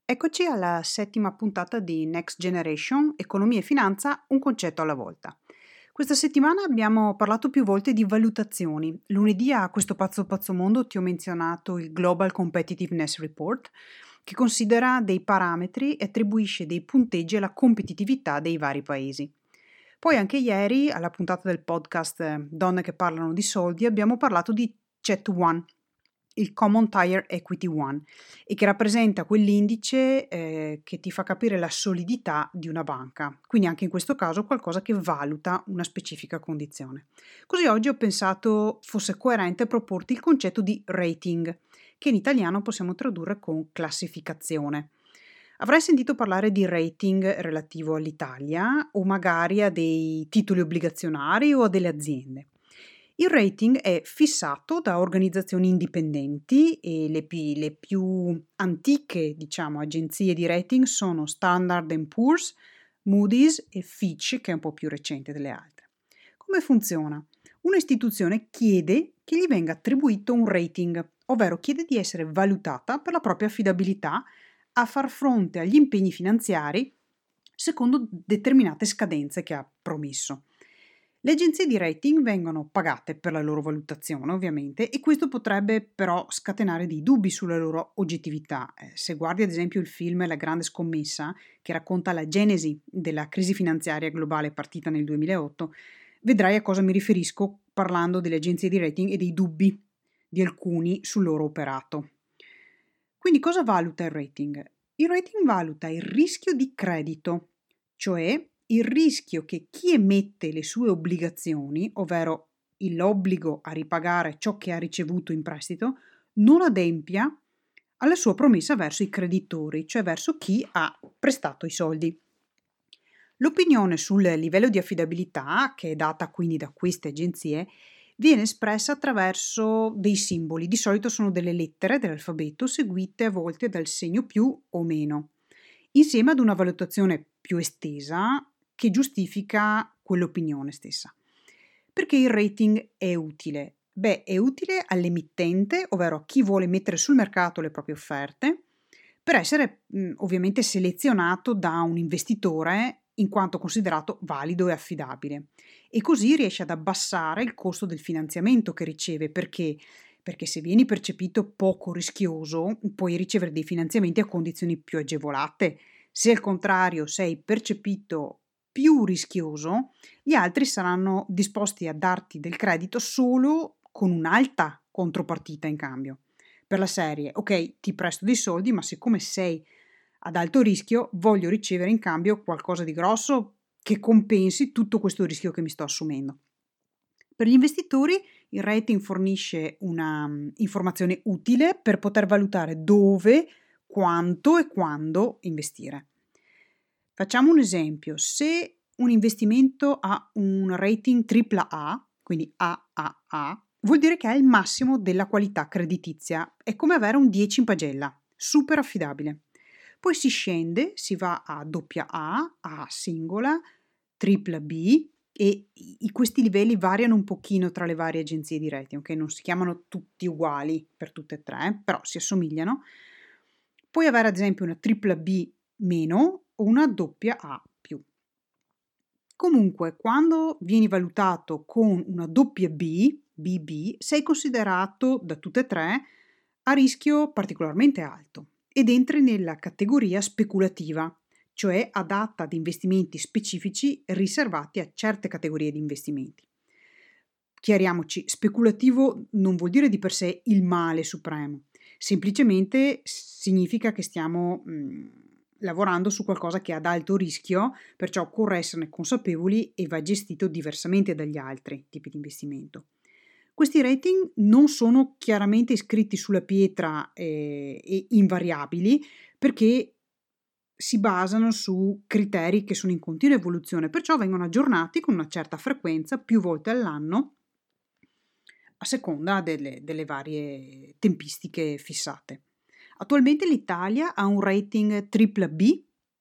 Eccoci alla settima puntata di Next Generation, Economia e Finanza, un concetto alla volta. Questa settimana abbiamo parlato più volte di valutazioni. Lunedì a questo pazzo mondo ti ho menzionato il Global Competitiveness Report, che considera dei parametri e attribuisce dei punteggi alla competitività dei vari paesi. Poi anche ieri, alla puntata del podcast Donne che parlano di soldi, abbiamo parlato di CET1, il Common Tire Equity One, e che rappresenta quell'indice che ti fa capire la solidità di una banca, quindi anche in questo caso qualcosa che valuta una specifica condizione. Così oggi ho pensato fosse coerente proporti il concetto di rating, che in italiano possiamo tradurre con classificazione. Avrai sentito parlare di rating relativo all'Italia o magari a dei titoli obbligazionari o a delle aziende. Il rating è fissato da organizzazioni indipendenti e le più antiche, agenzie di rating sono Standard & Poor's, Moody's e Fitch, che è un po' più recente delle altre. Come funziona? Un'istituzione chiede che gli venga attribuito un rating, ovvero chiede di essere valutata per la propria affidabilità a far fronte agli impegni finanziari secondo determinate scadenze che ha promesso. Le agenzie di rating vengono pagate per la loro valutazione, ovviamente, e questo potrebbe però scatenare dei dubbi sulla loro oggettività. Se guardi ad esempio il film La grande scommessa, che racconta la genesi della crisi finanziaria globale partita nel 2008, vedrai a cosa mi riferisco parlando delle agenzie di rating e dei dubbi di alcuni sul loro operato. Quindi cosa valuta il rating? Il rating valuta il rischio di credito, cioè il rischio che chi emette le sue obbligazioni, ovvero l'obbligo a ripagare ciò che ha ricevuto in prestito, non adempia alla sua promessa verso i creditori, cioè verso chi ha prestato i soldi. L'opinione sul livello di affidabilità, che è data quindi da queste agenzie, viene espressa attraverso dei simboli, di solito sono delle lettere dell'alfabeto seguite a volte dal segno più o meno, insieme ad una valutazione più estesa che giustifica quell'opinione stessa. Perché il rating è utile? Beh, è utile all'emittente, ovvero a chi vuole mettere sul mercato le proprie offerte, per essere ovviamente selezionato da un investitore in quanto considerato valido e affidabile. E così riesce ad abbassare il costo del finanziamento che riceve, perché se vieni percepito poco rischioso, puoi ricevere dei finanziamenti a condizioni più agevolate. Se al contrario sei percepito più rischioso, gli altri saranno disposti a darti del credito solo con un'alta contropartita in cambio. Per la serie, ok, ti presto dei soldi, ma siccome sei ad alto rischio, voglio ricevere in cambio qualcosa di grosso che compensi tutto questo rischio che mi sto assumendo. Per gli investitori il rating fornisce una informazione utile per poter valutare dove, quanto e quando investire. Facciamo un esempio: se un investimento ha un rating AAA, quindi AAA, vuol dire che ha il massimo della qualità creditizia, è come avere un 10 in pagella, super affidabile. Poi si scende, si va a AA, A singola, tripla B e questi livelli variano un pochino tra le varie agenzie di rating, che non si chiamano tutti uguali per tutte e tre, però si assomigliano. Puoi avere ad esempio una tripla B meno o una doppia A più. Comunque, quando vieni valutato con una doppia B, BB, sei considerato da tutte e tre a rischio particolarmente alto ed entri nella categoria speculativa, cioè adatta ad investimenti specifici riservati a certe categorie di investimenti. Chiariamoci, speculativo non vuol dire di per sé il male supremo, semplicemente significa che stiamo lavorando su qualcosa che è ad alto rischio, perciò occorre esserne consapevoli e va gestito diversamente dagli altri tipi di investimento. Questi rating non sono chiaramente iscritti sulla pietra e invariabili perché si basano su criteri che sono in continua evoluzione, perciò vengono aggiornati con una certa frequenza più volte all'anno a seconda delle varie tempistiche fissate. Attualmente l'Italia ha un rating BBB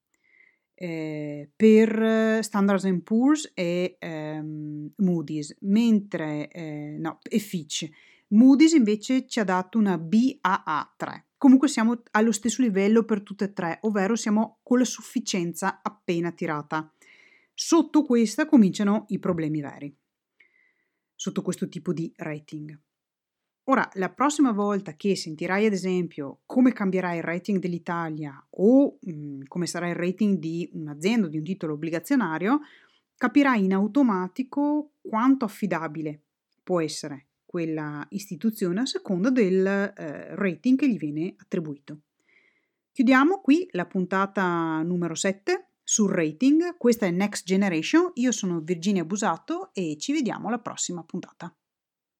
per Standard & Poor's e Moody's, mentre e Fitch. Moody's invece ci ha dato una BAA3. Comunque siamo allo stesso livello per tutte e tre, ovvero siamo con la sufficienza appena tirata. Sotto questa cominciano i problemi veri, sotto questo tipo di rating. Ora, la prossima volta che sentirai ad esempio come cambierà il rating dell'Italia o come sarà il rating di un'azienda o di un titolo obbligazionario, capirai in automatico quanto affidabile può essere quella istituzione a seconda del rating che gli viene attribuito. Chiudiamo qui la puntata numero 7 sul rating. Questa è Next Generation. Io sono Virginia Busato e ci vediamo alla prossima puntata.